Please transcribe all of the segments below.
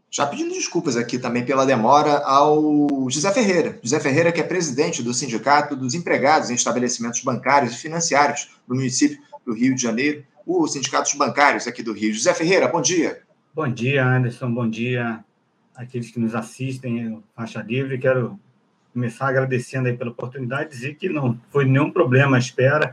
Já pedindo desculpas aqui também pela demora ao José Ferreira. José Ferreira, que é presidente do Sindicato dos Empregados em Estabelecimentos Bancários e Financiários do município do Rio de Janeiro, o Sindicato dos Bancários aqui do Rio. José Ferreira, bom dia. Bom dia, Anderson. Bom dia àqueles que nos assistem, Faixa Livre. Quero começar agradecendo aí pela oportunidade, dizer que não foi nenhum problema a espera,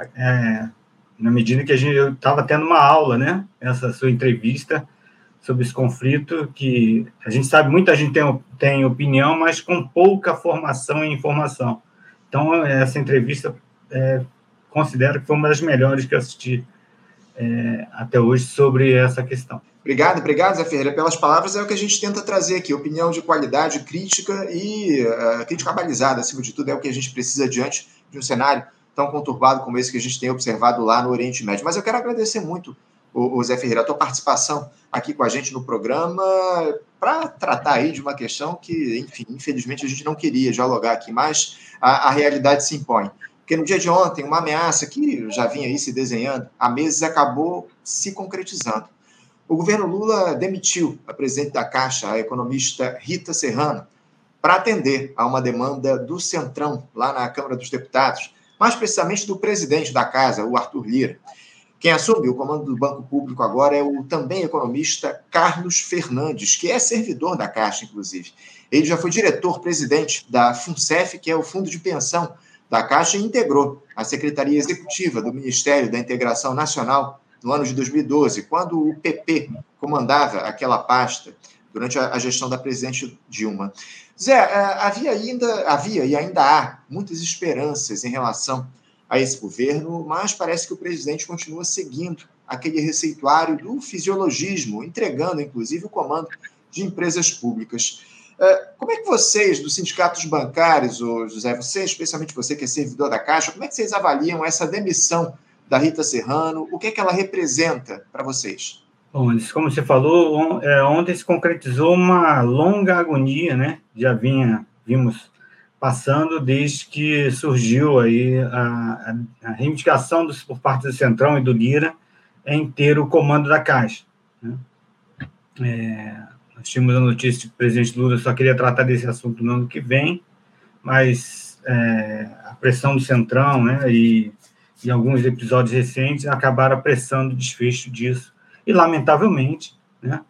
na medida que eu estava tendo uma aula, né? Essa sua entrevista sobre esse conflito, que a gente sabe, muita gente tem opinião, mas com pouca formação e informação. Então, essa entrevista considero que foi uma das melhores que eu assisti até hoje sobre essa questão. Obrigado, Zé Ferreira, pelas palavras. É o que a gente tenta trazer aqui, opinião de qualidade, crítica e crítica balizada, acima de tudo, é o que a gente precisa diante de um cenário tão conturbado como esse que a gente tem observado lá no Oriente Médio. Mas eu quero agradecer muito, o Zé Ferreira, a tua participação aqui com a gente no programa para tratar aí de uma questão que, enfim, infelizmente a gente não queria dialogar aqui, mas a realidade se impõe. Porque no dia de ontem, uma ameaça que já vinha aí se desenhando há meses acabou se concretizando. O governo Lula demitiu a presidente da Caixa, a economista Rita Serrano, para atender a uma demanda do Centrão, lá na Câmara dos Deputados, mais precisamente do presidente da casa, o Arthur Lira. Quem assume o comando do Banco Público agora é o também economista Carlos Fernandes, que é servidor da Caixa, inclusive. Ele já foi diretor-presidente da FUNCEF, que é o Fundo de Pensão da Caixa, e integrou a Secretaria Executiva do Ministério da Integração Nacional no ano de 2012, quando o PP comandava aquela pasta durante a gestão da presidente Dilma. Zé, havia e ainda há muitas esperanças em relação a esse governo, mas parece que o presidente continua seguindo aquele receituário do fisiologismo, entregando, inclusive, o comando de empresas públicas. Como é que vocês, dos sindicatos bancários, José, você, especialmente você que é servidor da Caixa, como é que vocês avaliam essa demissão da Rita Serrano? O que é que ela representa para vocês? Bom, como você falou, ontem se concretizou uma longa agonia, né? Já vimos passando desde que surgiu aí a reivindicação por parte do Centrão e do Lira em ter o comando da Caixa, né? Nós tínhamos a notícia de que o presidente Lula só queria tratar desse assunto no ano que vem, mas a pressão do Centrão, né, e alguns episódios recentes acabaram apressando o desfecho disso e, lamentavelmente, né,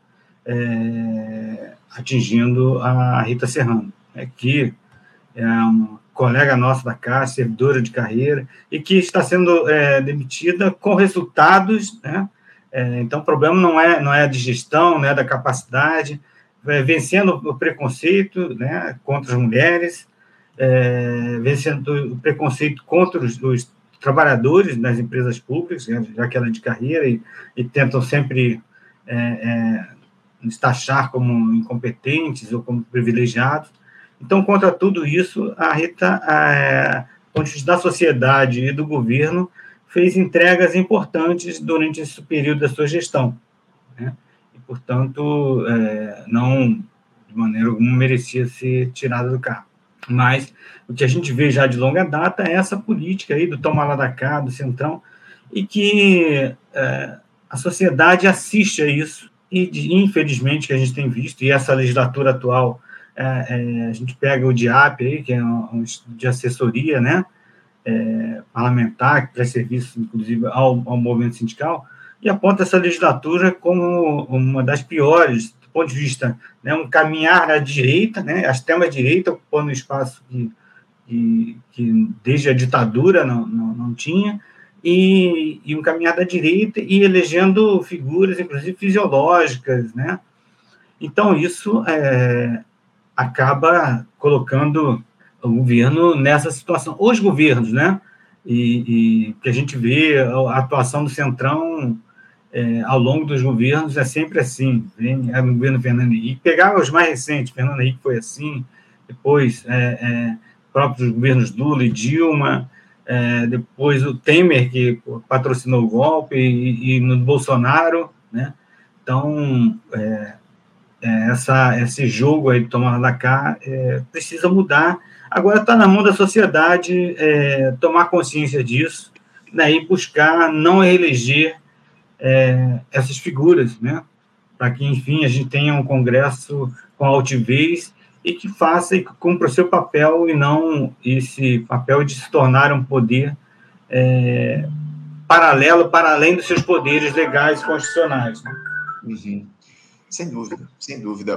atingindo a Rita Serrano, que é uma colega nossa da Caixa, servidora de carreira, e que está sendo demitida com resultados, né? Então, o problema não é de gestão, não é da capacidade, vencendo o preconceito, né, contra as mulheres, vencendo o preconceito contra os trabalhadores das empresas públicas, já que ela é de carreira, e tentam sempre nos taxar como incompetentes ou como privilegiados. Então, contra tudo isso, a Rita, do ponto de vista da sociedade e do governo, fez entregas importantes durante esse período da sua gestão, né? E, portanto, não, de maneira alguma, merecia ser tirada do cargo. Mas o que a gente vê já de longa data é essa política aí do toma lá da cá, do Centrão, e que a sociedade assiste a isso, e infelizmente que a gente tem visto, e essa legislatura atual, a gente pega o DIAP aí, que é um de assessoria, né, parlamentar, que presta serviço, inclusive, ao movimento sindical, e aponta essa legislatura como uma das piores, do ponto de vista, né, um caminhar à direita, né, a extrema-direita ocupando um espaço que desde a ditadura não tinha, e um caminhar da direita e elegendo figuras, inclusive, fisiológicas, né? Então, isso acaba colocando o governo nessa situação. Os governos, né? E que a gente vê a atuação do Centrão ao longo dos governos é sempre assim. O governo Fernando Henrique, pegava os mais recentes, Fernando Henrique foi assim, depois próprios governos Lula e Dilma, depois o Temer, que patrocinou o golpe, e no Bolsonaro, né? Então, esse jogo aí de tomar lá cá precisa mudar. Agora está na mão da sociedade tomar consciência disso, né, e buscar não reeleger essas figuras, né, para que, enfim, a gente tenha um Congresso com altivez e que faça e que cumpra o seu papel e não esse papel de se tornar um poder paralelo, para além dos seus poderes legais e constitucionais. Né? Uhum. Sem dúvida, sem dúvida.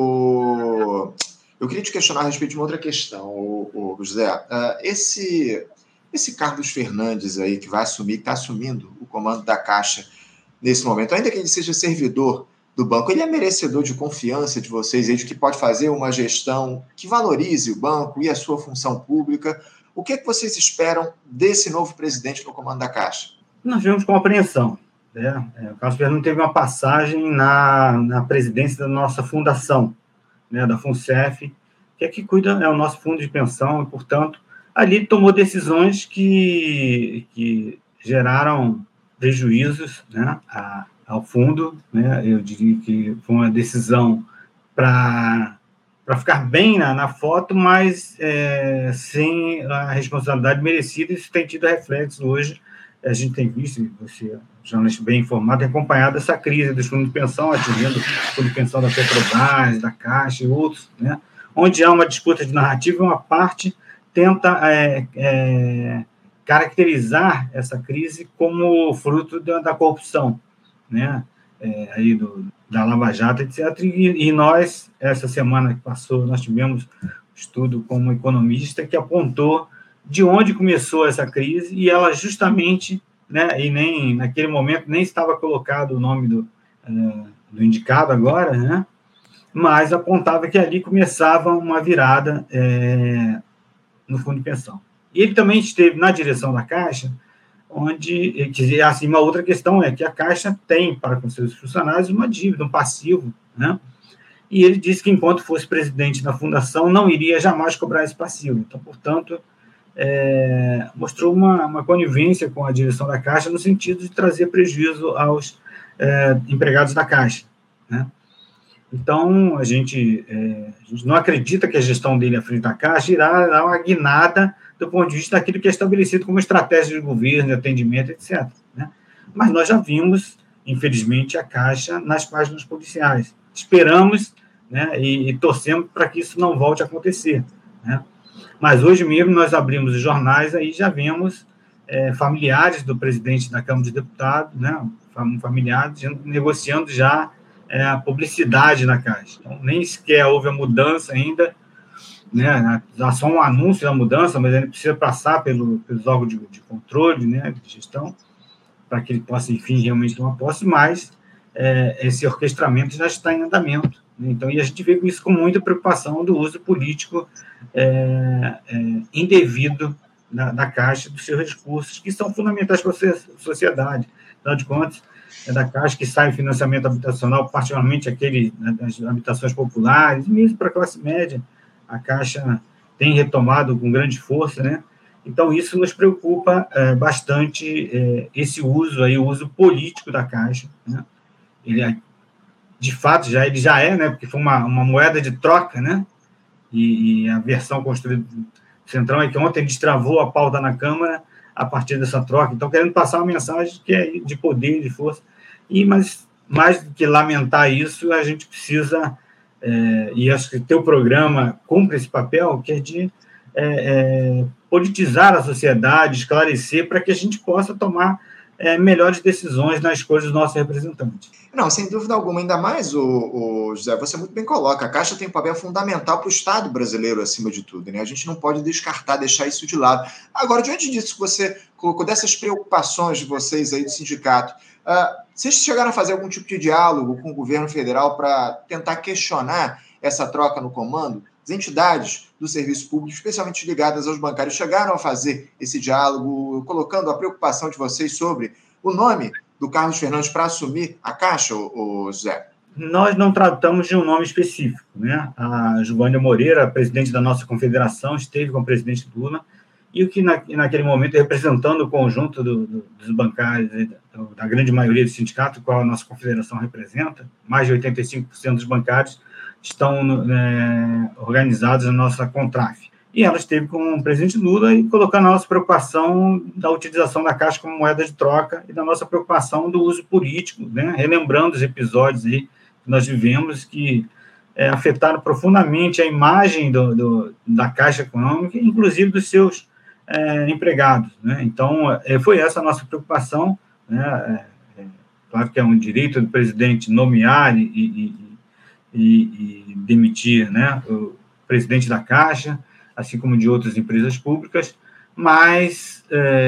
Eu queria te questionar a respeito de uma outra questão, José. Esse Carlos Fernandes aí que vai assumir, que está assumindo o comando da Caixa nesse momento, ainda que ele seja servidor do banco, ele é merecedor de confiança de vocês aí, de que pode fazer uma gestão que valorize o banco e a sua função pública. O que é que vocês esperam desse novo presidente no comando da Caixa? Nós vemos com apreensão. O Carlos Fernandes teve uma passagem na presidência da nossa fundação, da FUNCEF, que é que cuida, é o nosso fundo de pensão, e, portanto, ali tomou decisões que geraram prejuízos, ao fundo. Eu diria que foi uma decisão para ficar bem na foto, mas sem a responsabilidade merecida, e isso tem tido reflexo hoje. A gente tem visto, você, jornalista bem informado, tem acompanhado essa crise dos fundos de pensão, atingindo o fundo de pensão da Petrobras, da Caixa e outros, onde há uma disputa de narrativa, uma parte tenta caracterizar essa crise como fruto da corrupção, aí da Lava Jato, etc. E nós, essa semana que passou, nós tivemos um estudo como economista que apontou de onde começou essa crise, e ela justamente, e nem naquele momento nem estava colocado o nome do indicado agora, mas apontava que ali começava uma virada no fundo de pensão. E ele também esteve na direção da Caixa, onde, assim, uma outra questão é que a Caixa tem para com seus funcionários uma dívida, um passivo, e ele disse que, enquanto fosse presidente da fundação, não iria jamais cobrar esse passivo. Então, portanto, mostrou uma conivência com a direção da Caixa no sentido de trazer prejuízo aos empregados da Caixa. Então, a gente não acredita que a gestão dele à frente da Caixa irá dar uma guinada do ponto de vista daquilo que é estabelecido como estratégia de governo, de atendimento, etc. Mas nós já vimos, infelizmente, a Caixa nas páginas policiais. Esperamos, e torcemos para que isso não volte a acontecer. Mas hoje mesmo nós abrimos os jornais, aí já vemos familiares do presidente da Câmara dos Deputados, familiares negociando já a publicidade na Caixa. Então, nem sequer houve a mudança ainda, há só um anúncio da mudança, mas ele precisa passar pelos órgãos de controle, de gestão, para que ele possa, enfim, realmente tomar posse, mas esse orquestramento já está em andamento. Então, e a gente vê isso com muita preocupação do uso político indevido da Caixa, dos seus recursos, que são fundamentais para a sociedade. Afinal de contas, é da Caixa que sai o financiamento habitacional, particularmente aquele das habitações populares, mesmo para a classe média. A Caixa tem retomado com grande força, Então, isso nos preocupa bastante, esse uso aí, o uso político da Caixa, Ele, de fato, ele já é, porque foi uma moeda de troca, E a versão construída do Centrão é que ontem ele destravou a pauta na Câmara a partir dessa troca. Então, querendo passar uma mensagem que é de poder, de força. Mas, mais do que lamentar isso, a gente precisa, e acho que o teu programa cumpre esse papel, que é de politizar a sociedade, esclarecer, para que a gente possa tomar melhores decisões na escolha dos nossos representantes. Não, sem dúvida alguma, ainda mais, José, você muito bem coloca, a Caixa tem um papel fundamental para o Estado brasileiro, acima de tudo, A gente não pode deixar isso de lado. Agora, diante disso que você colocou, dessas preocupações de vocês aí do sindicato, vocês chegaram a fazer algum tipo de diálogo com o governo federal para tentar questionar essa troca no comando? As entidades do serviço público, especialmente ligadas aos bancários, chegaram a fazer esse diálogo, colocando a preocupação de vocês sobre o nome do Carlos Fernandes para assumir a Caixa, José? Nós não tratamos de um nome específico, A Joânia Moreira, presidente da nossa confederação, esteve com o presidente Lula, e o que naquele momento, representando o conjunto dos bancários, da grande maioria do sindicato, qual a nossa confederação representa, mais de 85% dos bancários estão organizados na nossa Contraf. E ela esteve com o presidente Lula e colocando a nossa preocupação da utilização da Caixa como moeda de troca e da nossa preocupação do uso político, relembrando os episódios aí nós vivemos que afetaram profundamente a imagem da Caixa Econômica, inclusive dos seus empregados, né? Então, foi essa a nossa preocupação, né? Claro que é um direito do presidente nomear e demitir, né, o presidente da Caixa, assim como de outras empresas públicas, mas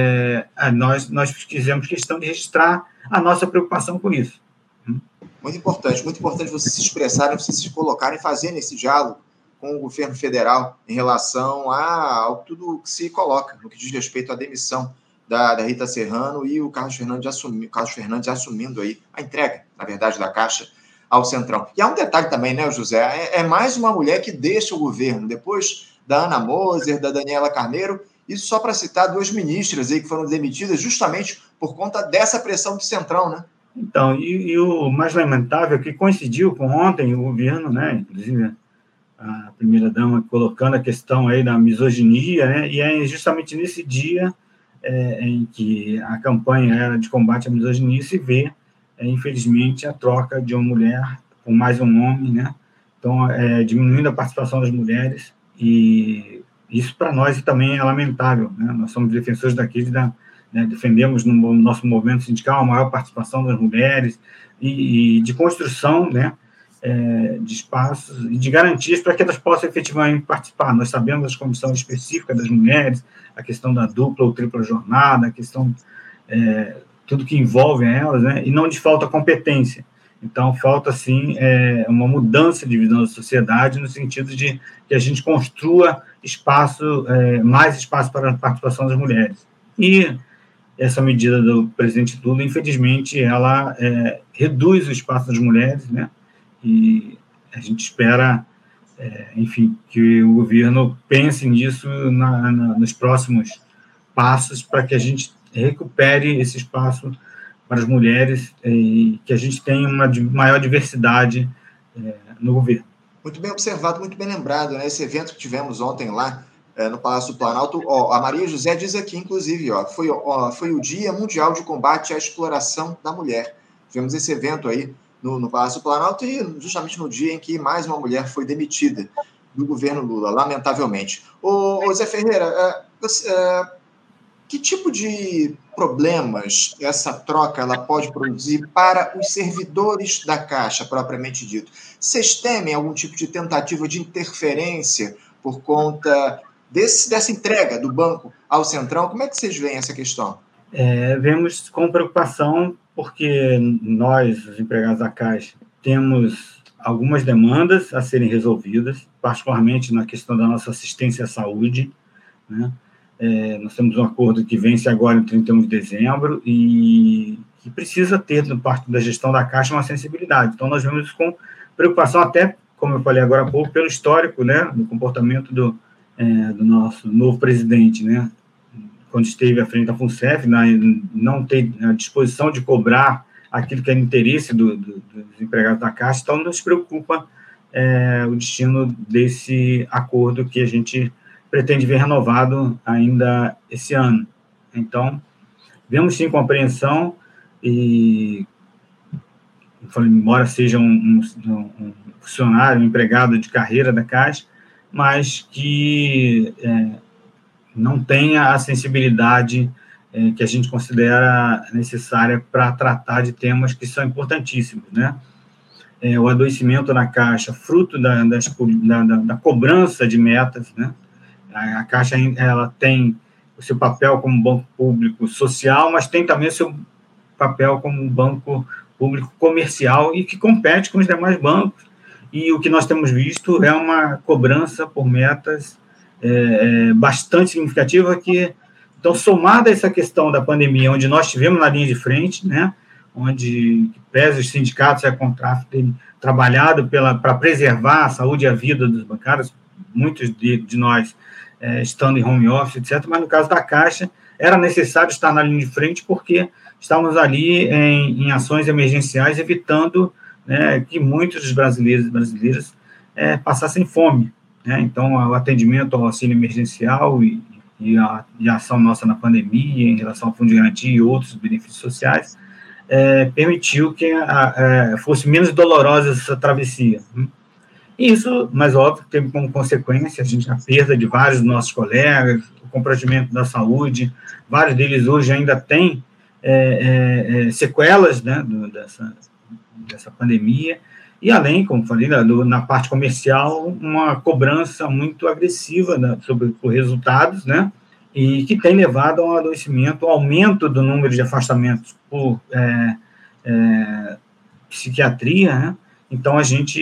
nós fizemos questão de registrar a nossa preocupação com isso. Muito importante vocês se expressarem, vocês se colocarem, fazendo esse diálogo com o governo federal em relação a tudo que se coloca no que diz respeito à demissão da Rita Serrano e o Carlos Fernandes assumindo aí a entrega, na verdade, da Caixa ao Centrão. E há um detalhe também, né, José? É mais uma mulher que deixa o governo, depois da Ana Moser, da Daniela Carneiro, isso só para citar 2 ministras aí que foram demitidas justamente por conta dessa pressão do Centrão, né? Então, e o mais lamentável é que coincidiu com ontem o governo, né, inclusive a primeira-dama colocando a questão aí da misoginia, né, e é justamente nesse dia em que a campanha era de combate à misoginia se vê, infelizmente, a troca de uma mulher por mais um homem, né, então, diminuindo a participação das mulheres, e isso para nós também é lamentável, né, nós somos defensores daqueles né, defendemos no nosso movimento sindical a maior participação das mulheres e de construção, né, de espaços e de garantias para que elas possam efetivamente participar. Nós sabemos as condições específicas das mulheres, a questão da dupla ou tripla jornada, a questão, tudo que envolve elas, né, e não de falta competência. Então, falta, sim, uma mudança de visão da sociedade no sentido de que a gente construa mais espaço para a participação das mulheres. E essa medida do presidente Lula, infelizmente, ela reduz o espaço das mulheres, né? E a gente espera, enfim, que o governo pense nisso nos próximos passos para que a gente recupere esse espaço para as mulheres e que a gente tenha uma maior diversidade no governo. Muito bem observado, muito bem lembrado, né? Esse evento que tivemos ontem lá no Palácio do Planalto, a Maria José diz aqui, inclusive, foi o Dia Mundial de Combate à Exploração da Mulher. Tivemos esse evento aí no Palácio do Planalto e justamente no dia em que mais uma mulher foi demitida do governo Lula, lamentavelmente. Ô Zé Ferreira, que tipo de problemas essa troca ela pode produzir para os servidores da Caixa, propriamente dito? Vocês temem algum tipo de tentativa de interferência por conta dessa entrega do banco ao Centrão? Como é que vocês veem essa questão? Vemos com preocupação, porque nós, os empregados da Caixa, temos algumas demandas a serem resolvidas, particularmente na questão da nossa assistência à saúde, né? Nós temos um acordo que vence agora em 31 de dezembro e que precisa ter, da parte da gestão da Caixa, uma sensibilidade. Então, nós vemos isso com preocupação, até, como eu falei agora há pouco, pelo histórico, né, do comportamento do nosso novo presidente, né, quando esteve à frente da FUNCEF, não ter a disposição de cobrar aquilo que é interesse dos empregados da Caixa. Então, nos preocupa o destino desse acordo que a gente pretende ver renovado ainda esse ano. Então, vemos sim compreensão e, embora seja um funcionário, um empregado de carreira da Caixa, mas que não tenha a sensibilidade que a gente considera necessária para tratar de temas que são importantíssimos, né? O adoecimento na Caixa, fruto da cobrança de metas, né? A Caixa ela tem o seu papel como banco público social, mas tem também o seu papel como banco público comercial e que compete com os demais bancos. E o que nós temos visto é uma cobrança por metas bastante significativa então, somada a essa questão da pandemia, onde nós estivemos na linha de frente, né, onde pese os sindicatos e a Contraf terem trabalhado para preservar a saúde e a vida dos bancários, muitos de nós estando em home office, etc., mas no caso da Caixa, era necessário estar na linha de frente porque estávamos ali em ações emergenciais, evitando, né, que muitos dos brasileiros e brasileiras passassem fome, né? Então, o atendimento ao auxílio emergencial e a ação nossa na pandemia, em relação ao Fundo de Garantia e outros benefícios sociais, permitiu que fosse menos dolorosa essa travessia. Isso, mas óbvio, teve como consequência a perda de vários dos nossos colegas, o comprometimento da saúde, vários deles hoje ainda têm sequelas, né, dessa pandemia, e além, como falei, na parte comercial, uma cobrança muito agressiva, né, sobre os resultados, né, e que tem levado ao adoecimento, ao aumento do número de afastamentos por psiquiatria, né? Então a gente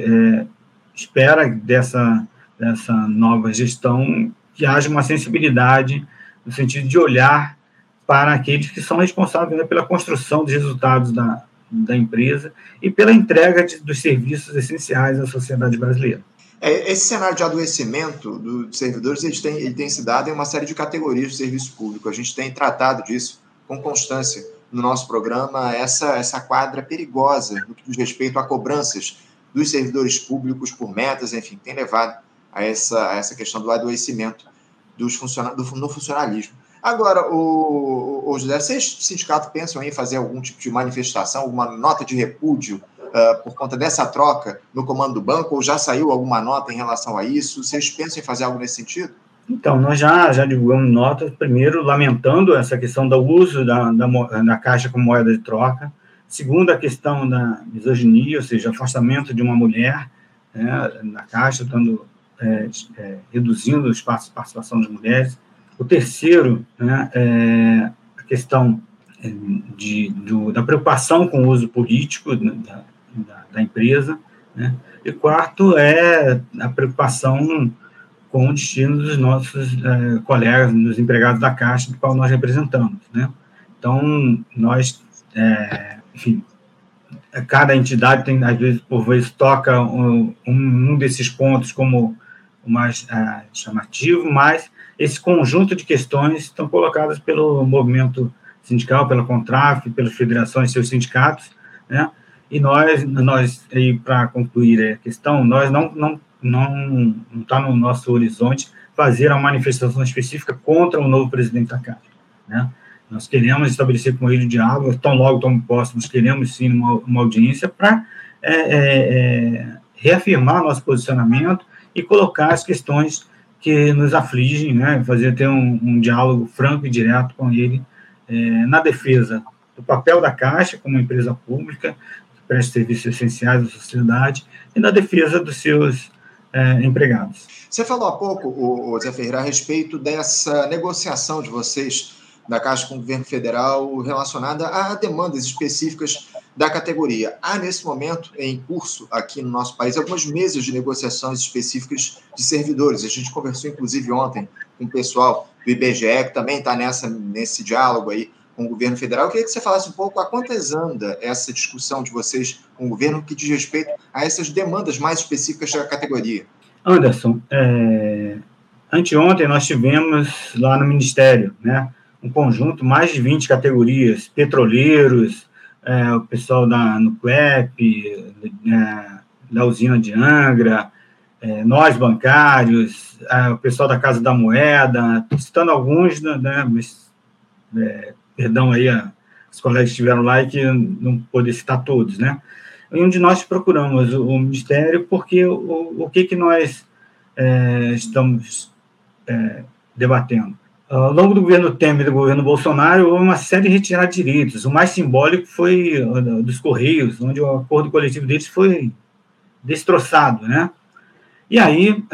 espera dessa nova gestão que haja uma sensibilidade no sentido de olhar para aqueles que são responsáveis, né, pela construção dos resultados da empresa e pela entrega dos serviços essenciais à sociedade brasileira. Esse cenário de adoecimento dos servidores ele tem se dado em uma série de categorias de serviço público. A gente tem tratado disso com constância no nosso programa, essa quadra perigosa no que diz respeito a cobranças dos servidores públicos por metas, enfim, tem levado a essa questão do adoecimento no funcionalismo. Agora, o José, vocês, sindicato, pensam em fazer algum tipo de manifestação, alguma nota de repúdio por conta dessa troca no comando do banco, ou já saiu alguma nota em relação a isso? Vocês pensam em fazer algo nesse sentido? Então, nós já divulgamos notas, primeiro, lamentando essa questão do uso da Caixa como moeda de troca. Segundo, a questão da misoginia, ou seja, afastamento de uma mulher, né, na Caixa, reduzindo o espaço de participação das mulheres. O terceiro, né, a questão da preocupação com o uso político da empresa, né? E o quarto é a preocupação com o destino dos nossos colegas, dos empregados da Caixa, do qual nós representamos, né? Então, nós, enfim, cada entidade tem, às vezes, por vezes, toca um desses pontos como o mais chamativo, mas esse conjunto de questões estão colocadas pelo movimento sindical, pela Contraf, pelas federações e seus sindicatos, né? E nós para concluir a questão, nós não está no nosso horizonte fazer uma manifestação específica contra o novo presidente da Caixa, né? Nós queremos estabelecer com ele o diálogo, tão logo tão próximos, queremos sim uma audiência para reafirmar nosso posicionamento e colocar as questões que nos afligem, né? Ter um diálogo franco e direto com ele, na defesa do papel da Caixa como empresa pública, que presta serviços essenciais à sociedade, e na defesa dos seus empregados. Você falou há pouco, Zé Ferreira, a respeito dessa negociação de vocês da Caixa com o governo federal relacionada a demandas específicas da categoria. Há, nesse momento, em curso aqui no nosso país, algumas mesas de negociações específicas de servidores. A gente conversou, inclusive, ontem com o pessoal do IBGE, que também está nesse diálogo aí com o governo federal. Eu queria que você falasse um pouco a quantas anda essa discussão de vocês com o governo que diz respeito a essas demandas mais específicas da categoria. Anderson, anteontem nós tivemos lá no Ministério, né, um conjunto, mais de 20 categorias, petroleiros, o pessoal da Nuclep, da usina de Angra, nós bancários, o pessoal da Casa da Moeda, citando alguns, né, mas, perdão aí os colegas que estiveram lá e que não poder citar todos, né? E onde nós procuramos o Ministério, porque o que nós estamos debatendo? Ao longo do governo Temer e do governo Bolsonaro, houve uma série de retiradas de direitos. O mais simbólico foi dos Correios, onde o acordo coletivo deles foi destroçado, né? E aí,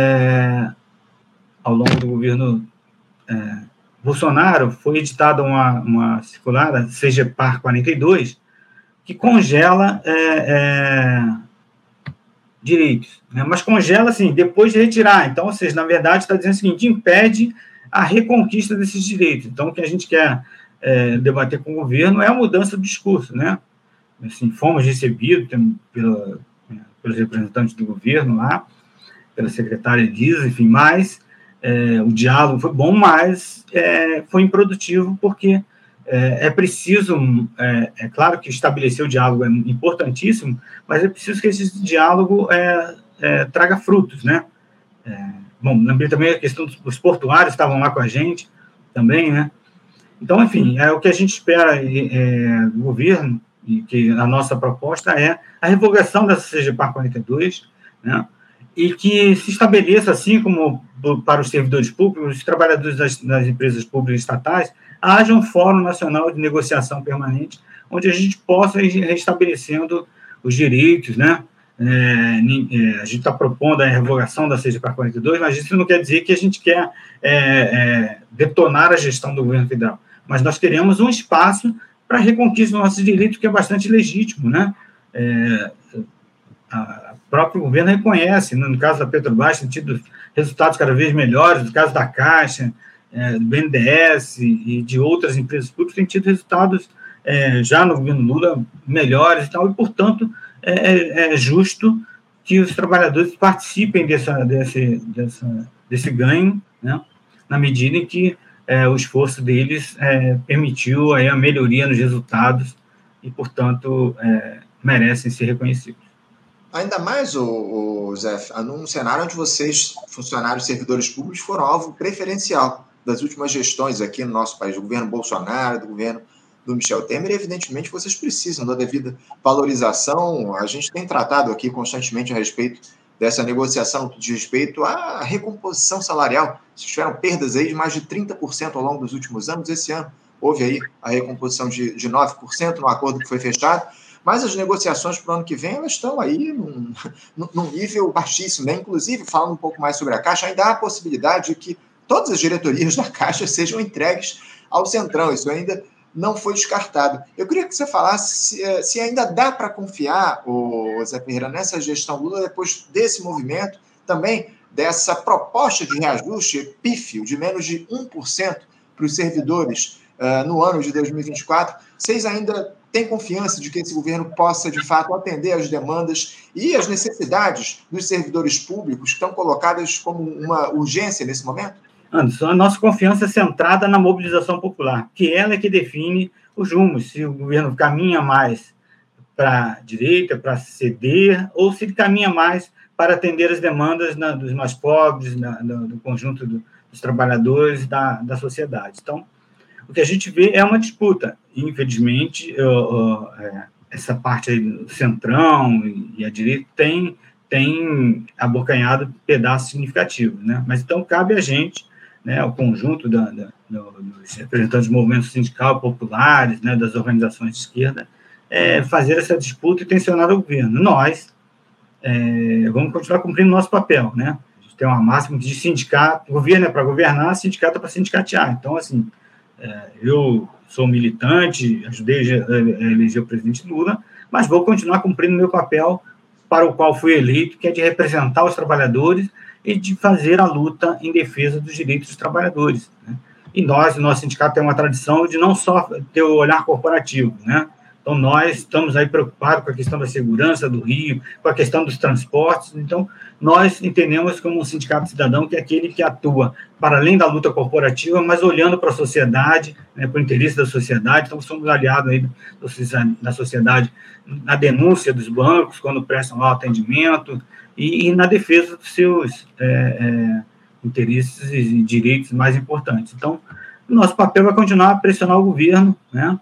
ao longo do governo Bolsonaro, foi editada uma circular, a CGPAR 42, que congela direitos, né? Mas congela, assim, depois de retirar. Então, ou seja, na verdade, está dizendo o seguinte, impede a reconquista desses direitos. Então, o que a gente quer debater com o governo é a mudança do discurso, né? Assim, fomos recebidos pelos representantes do governo lá, pela secretária Elisa, enfim, mas o diálogo foi bom, mas foi improdutivo, porque é preciso, claro que estabelecer o diálogo é importantíssimo, mas é preciso que esse diálogo traga frutos, né? Bom, lembrei também a questão dos portuários, estavam lá com a gente também, né? Então, enfim, o que a gente espera do governo, e que a nossa proposta é a revogação dessa CGPAR 42, né, e que se estabeleça, assim como para os servidores públicos, os trabalhadores das empresas públicas e estatais, haja um Fórum Nacional de Negociação Permanente, onde a gente possa ir restabelecendo os direitos, né? A gente está propondo a revogação da CGPAR 42, mas isso não quer dizer que a gente quer detonar a gestão do governo federal, mas nós queremos um espaço para a reconquista dos nossos direitos, que é bastante legítimo, né? O próprio governo reconhece, no caso da Petrobras, tem tido resultados cada vez melhores, no caso da Caixa, do BNDES e de outras empresas públicas, tem tido resultados já no governo Lula melhores e tal, e, portanto, é justo que os trabalhadores participem desse ganho, né, na medida em que o esforço deles permitiu aí a melhoria nos resultados e, portanto, merecem ser reconhecidos. Ainda mais, Zé, num cenário onde vocês, funcionários servidores públicos, foram alvo preferencial das últimas gestões aqui no nosso país, do governo Bolsonaro, do governo do Michel Temer, e evidentemente vocês precisam da devida valorização. A gente tem tratado aqui constantemente a respeito dessa negociação que diz respeito à recomposição salarial. Vocês tiveram perdas aí de mais de 30% ao longo dos últimos anos. Esse ano houve aí a recomposição de 9% no acordo que foi fechado, mas as negociações para o ano que vem, elas estão aí num nível baixíssimo, né? Inclusive, falando um pouco mais sobre a Caixa, ainda há a possibilidade de que todas as diretorias da Caixa sejam entregues ao Centrão. Isso ainda não foi descartado. Eu queria que você falasse se ainda dá para confiar, Zé Ferreira, nessa gestão Lula, depois desse movimento, também dessa proposta de reajuste pífio de menos de 1% para os servidores no ano de 2024. Vocês ainda têm confiança de que esse governo possa, de fato, atender às demandas e às necessidades dos servidores públicos que estão colocadas como uma urgência nesse momento? Anderson, a nossa confiança é centrada na mobilização popular, que ela é que define os rumos, se o governo caminha mais para a direita, para ceder, ou se ele caminha mais para atender as demandas dos mais pobres, do conjunto dos trabalhadores da sociedade. Então, o que a gente vê é uma disputa. Infelizmente, essa parte aí do Centrão e a direita tem abocanhado pedaços significativos, né? Mas então cabe a gente, né, o conjunto dos representantes do movimento sindical, populares, né, das organizações de esquerda, fazer essa disputa e tensionar o governo. Nós vamos continuar cumprindo nosso papel, né? A gente tem uma máxima de sindicato, governo é para governar, sindicato é para sindicatear. Então, assim, eu sou militante, ajudei a eleger o presidente Lula, mas vou continuar cumprindo meu papel para o qual fui eleito, que é de representar os trabalhadores e de fazer a luta em defesa dos direitos dos trabalhadores, né? E nós, o nosso sindicato, tem uma tradição de não só ter o olhar corporativo, né? Então, nós estamos aí preocupados com a questão da segurança do Rio, com a questão dos transportes. Então, nós entendemos como um sindicato cidadão que é aquele que atua para além da luta corporativa, mas olhando para a sociedade, né, para o interesse da sociedade. Então, somos aliados aí da sociedade na denúncia dos bancos, quando prestam lá o atendimento, e na defesa dos seus interesses e direitos mais importantes. Então, nosso papel é continuar a pressionar o governo, né?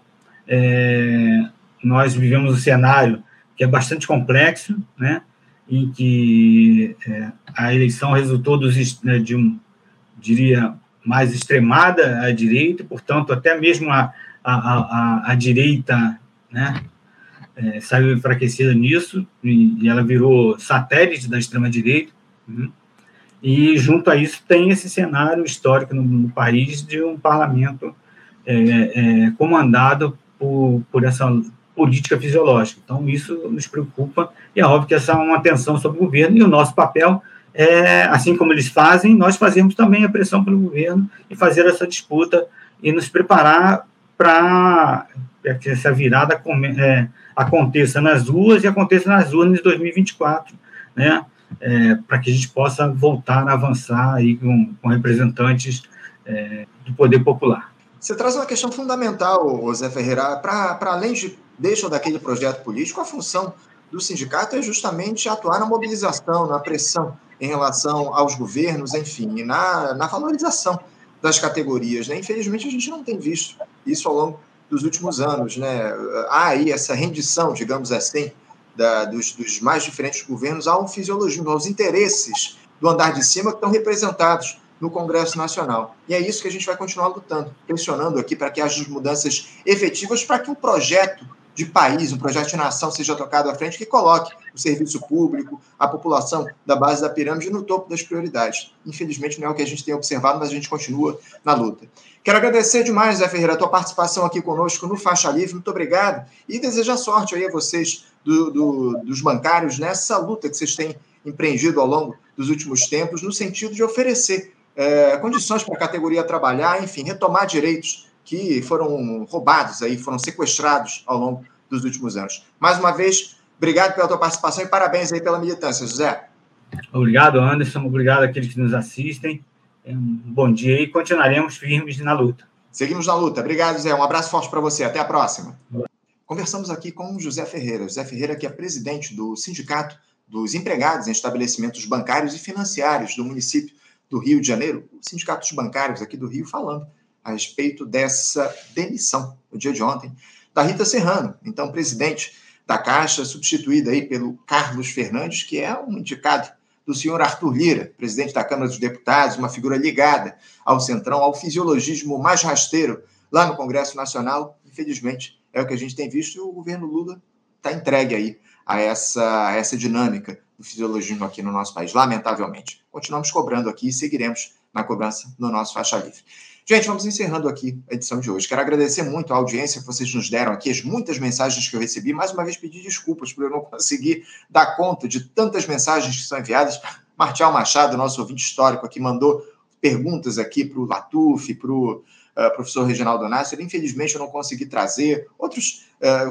Nós vivemos um cenário que é bastante complexo, né, em que a eleição resultou de diria, mais extremada à direita, portanto, até mesmo a direita, né, saiu enfraquecida nisso, e ela virou satélite da extrema-direita, né, e junto a isso tem esse cenário histórico no país de um parlamento comandado por essa política fisiológica. Então, isso nos preocupa, e é óbvio que essa é uma tensão sobre o governo, e o nosso papel assim como eles fazem, nós fazemos também a pressão pelo governo e fazer essa disputa e nos preparar para que essa virada aconteça nas ruas e aconteça nas urnas de 2024, né? Para que a gente possa voltar a avançar aí com representantes do poder popular. Você traz uma questão fundamental, Zé Ferreira, para além de deixar daquele projeto político, a função do sindicato é justamente atuar na mobilização, na pressão em relação aos governos, enfim, e na valorização das categorias, né? Infelizmente, a gente não tem visto isso ao longo dos últimos anos, né? Há aí essa rendição, digamos assim, dos mais diferentes governos ao fisiologismo, aos interesses do andar de cima que estão representados no Congresso Nacional. E é isso que a gente vai continuar lutando, pressionando aqui para que haja mudanças efetivas, para que um projeto de país, um projeto de nação seja tocado à frente, que coloque o serviço público, a população da base da pirâmide no topo das prioridades. Infelizmente, não é o que a gente tem observado, mas a gente continua na luta. Quero agradecer demais, Zé Ferreira, a tua participação aqui conosco no Faixa Livre. Muito obrigado. E desejar sorte aí a vocês dos bancários nessa luta que vocês têm empreendido ao longo dos últimos tempos, no sentido de oferecer condições para a categoria trabalhar, enfim, retomar direitos que foram roubados, aí, foram sequestrados ao longo dos últimos anos. Mais uma vez, obrigado pela tua participação e parabéns aí pela militância, José. Obrigado, Anderson. Obrigado àqueles que nos assistem. Um bom dia e continuaremos firmes na luta. Seguimos na luta. Obrigado, Zé. Um abraço forte para você. Até a próxima. Conversamos aqui com o José Ferreira. José Ferreira, que é presidente do Sindicato dos Empregados em Estabelecimentos Bancários e Financiários do município do Rio de Janeiro, os sindicatos bancários aqui do Rio, falando a respeito dessa demissão, no dia de ontem, da Rita Serrano, então presidente da Caixa, substituída aí pelo Carlos Fernandes, que é um indicado do senhor Arthur Lira, presidente da Câmara dos Deputados, uma figura ligada ao Centrão, ao fisiologismo mais rasteiro lá no Congresso Nacional. Infelizmente, é o que a gente tem visto, e o governo Lula está entregue aí a essa dinâmica do fisiologismo aqui no nosso país, lamentavelmente. Continuamos cobrando aqui e seguiremos na cobrança no nosso Faixa Livre. Gente, vamos encerrando aqui a edição de hoje. Quero agradecer muito a audiência que vocês nos deram aqui, as muitas mensagens que eu recebi. Mais uma vez, pedir desculpas por eu não conseguir dar conta de tantas mensagens que são enviadas. Martial Machado, nosso ouvinte histórico aqui, mandou perguntas aqui para o Latuf, para o professor Reginaldo Nasser. Infelizmente, eu não consegui trazer. Outros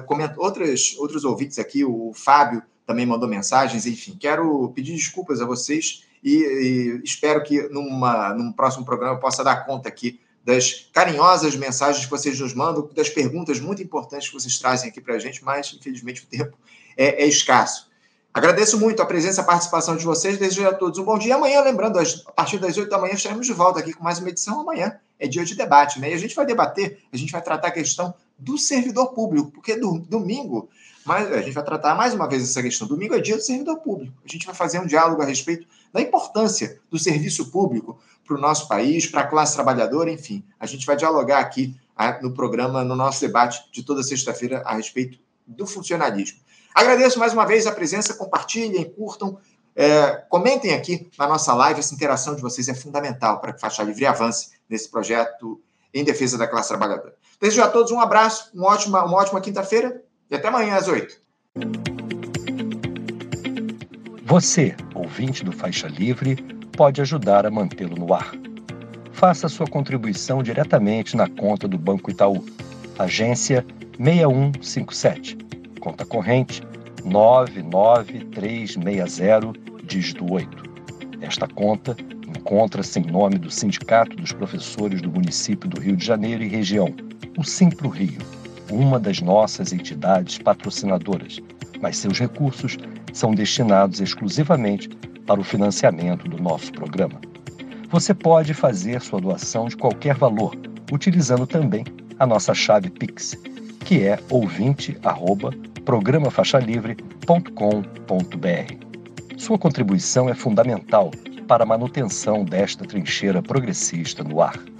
ouvintes aqui, o Fábio também mandou mensagens. Enfim, quero pedir desculpas a vocês e espero que num próximo programa eu possa dar conta aqui das carinhosas mensagens que vocês nos mandam, das perguntas muito importantes que vocês trazem aqui para a gente, mas, infelizmente, o tempo é escasso. Agradeço muito a presença e a participação de vocês, desejo a todos um bom dia. Amanhã, lembrando, a partir das 8 da manhã, estaremos de volta aqui com mais uma edição. Amanhã é dia de debate, né? E a gente vai debater, a gente vai tratar a questão do servidor público, porque domingo, a gente vai tratar mais uma vez essa questão. Domingo é dia do servidor público. A gente vai fazer um diálogo a respeito da importância do serviço público para o nosso país, para a classe trabalhadora, enfim. A gente vai dialogar aqui no programa, no nosso debate de toda sexta-feira a respeito do funcionalismo. Agradeço mais uma vez a presença, compartilhem, curtam, comentem aqui na nossa live. Essa interação de vocês é fundamental para que Faixa Livre avance nesse projeto em defesa da classe trabalhadora. Desejo a todos um abraço, uma ótima quinta-feira e até amanhã às 8. Você, ouvinte do Faixa Livre, pode ajudar a mantê-lo no ar. Faça sua contribuição diretamente na conta do Banco Itaú, agência 6157, conta corrente 99360, dígito 8. Esta conta encontra-se em nome do Sindicato dos Professores do Município do Rio de Janeiro e região, o Simpro Rio, uma das nossas entidades patrocinadoras, mas seus recursos são destinados exclusivamente para o financiamento do nosso programa. Você pode fazer sua doação de qualquer valor, utilizando também a nossa chave Pix, que é ouvinte@programafaixalivre.com.br. Sua contribuição é fundamental para a manutenção desta trincheira progressista no ar.